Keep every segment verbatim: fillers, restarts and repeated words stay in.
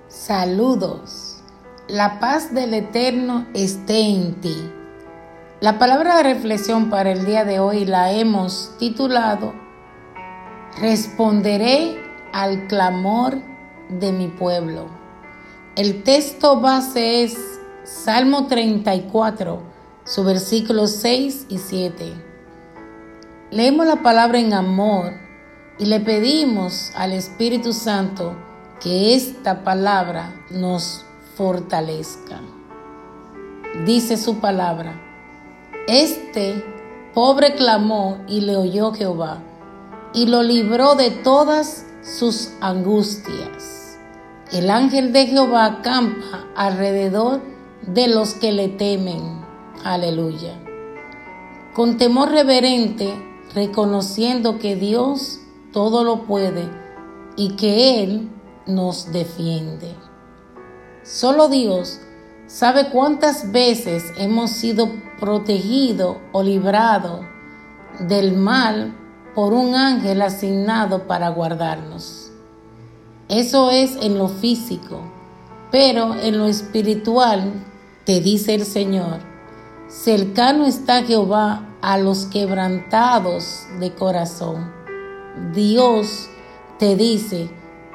Saludos. La paz del Eterno esté en ti. La palabra de reflexión para el día de hoy la hemos titulado Responderé al clamor de mi pueblo. El texto base es Salmo treinta y cuatro, sus versículos seis y siete. Leemos la palabra en amor y le pedimos al Espíritu Santo que esta palabra nos fortalezca. Dice su palabra: Este pobre clamó y le oyó Jehová, y lo libró de todas sus angustias. El ángel de Jehová acampa alrededor de los que le temen. Aleluya. Con temor reverente, reconociendo que Dios todo lo puede y que Él nos defiende. Solo Dios sabe cuántas veces hemos sido protegidos o librados del mal por un ángel asignado para guardarnos. Eso es en lo físico, pero en lo espiritual te dice el Señor: cercano está Jehová a los quebrantados de corazón. Dios te dice: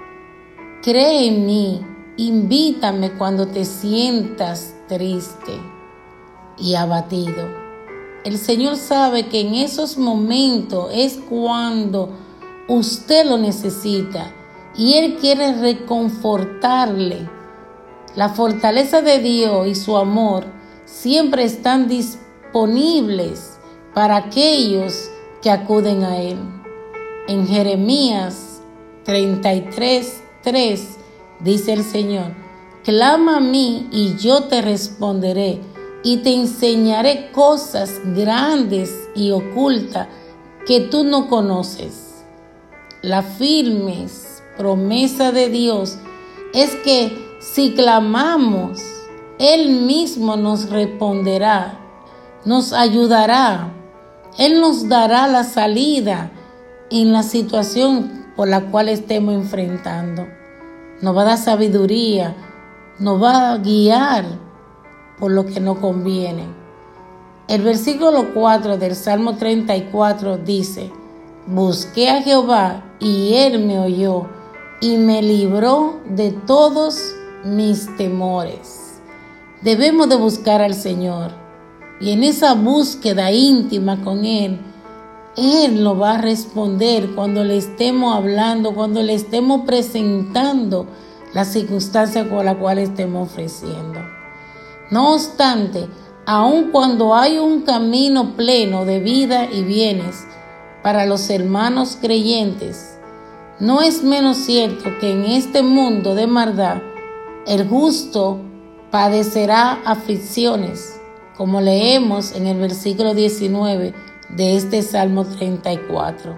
cree en mí, invítame cuando te sientas triste y abatido. El Señor sabe que en esos momentos es cuando usted lo necesita y Él quiere reconfortarle. La fortaleza de Dios y su amor siempre están disponibles para aquellos que acuden a Él. En Jeremías treinta y tres, tres dice el Señor: clama a mí y yo te responderé y te enseñaré cosas grandes y ocultas que tú no conoces. La firme promesa de Dios es que si clamamos, Él mismo nos responderá, nos ayudará, Él nos dará la salida en la situación por la cual estemos enfrentando. Nos va a dar sabiduría, nos va a guiar por lo que nos conviene. El versículo cuatro del Salmo treinta y cuatro dice: busqué a Jehová y Él me oyó y me libró de todos mis temores. Debemos de buscar al Señor, y en esa búsqueda íntima con Él, Él nos va a responder cuando le estemos hablando, cuando le estemos presentando la circunstancia con la cual estemos ofreciendo. No obstante, aun cuando hay un camino pleno de vida y bienes para los hermanos creyentes, no es menos cierto que en este mundo de maldad el justo padecerá aflicciones, como leemos en el versículo diecinueve de este Salmo treinta y cuatro.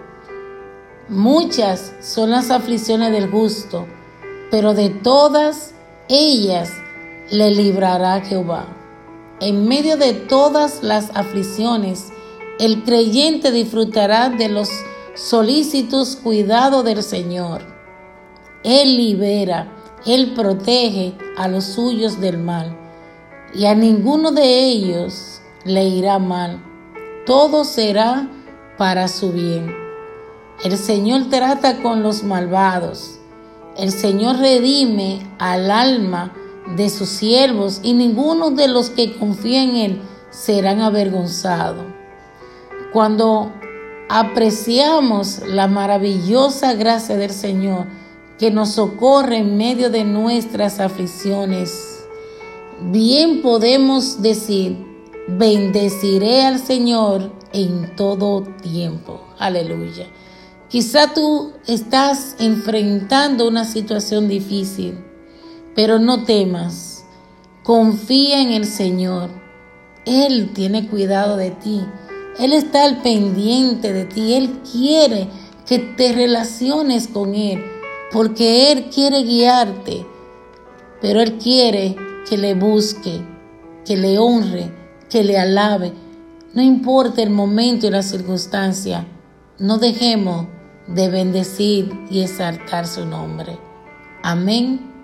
Muchas son las aflicciones del justo, pero de todas ellas le librará Jehová. En medio de todas las aflicciones, el creyente disfrutará de los solícitos cuidados del Señor. Él libera, Él protege a los suyos del mal, y a ninguno de ellos le irá mal. Todo será para su bien. El Señor trata con los malvados. El Señor redime al alma de sus siervos, y ninguno de los que confían en Él serán avergonzados. Cuando apreciamos la maravillosa gracia del Señor que nos socorre en medio de nuestras aflicciones, bien podemos decir: bendeciré al Señor en todo tiempo. Aleluya. Quizá tú estás enfrentando una situación difícil, pero no temas. Confía en el Señor. Él tiene cuidado de ti. Él está al pendiente de ti. Él quiere que te relaciones con Él, porque Él quiere guiarte, pero Él quiere que le busque, que le honre, que le alabe. No importa el momento y la circunstancia, no dejemos de bendecir y exaltar su nombre. Amén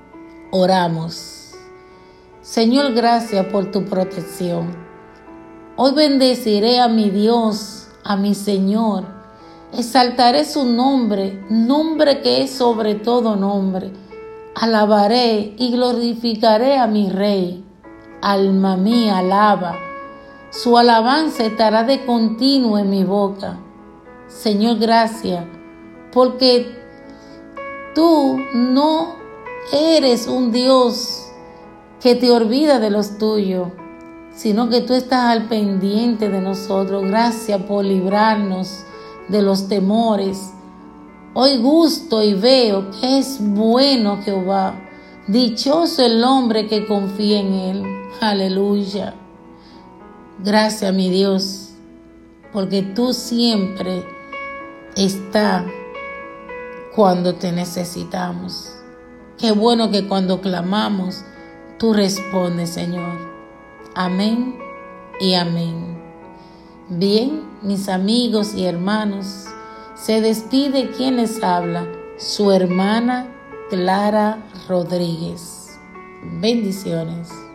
Oramos. Señor, gracias por tu protección. Hoy bendeciré a mi Dios, a mi Señor. Exaltaré su nombre, nombre que es sobre todo nombre. Alabaré y glorificaré a mi Rey. Alma mía, alaba. Su alabanza estará de continuo en mi boca. Señor, gracias, porque tú no eres un Dios que te olvida de los tuyos, sino que tú estás al pendiente de nosotros. Gracias por librarnos de los temores. Hoy gusto y veo que es bueno Jehová. Dichoso el hombre que confía en él. Aleluya. Gracias, mi Dios, porque tú siempre estás cuando te necesitamos. Qué bueno que cuando clamamos, tú respondes, Señor. Amén y amén. Bien, mis amigos y hermanos, se despide quien les habla, su hermana Clara Rodríguez. Bendiciones.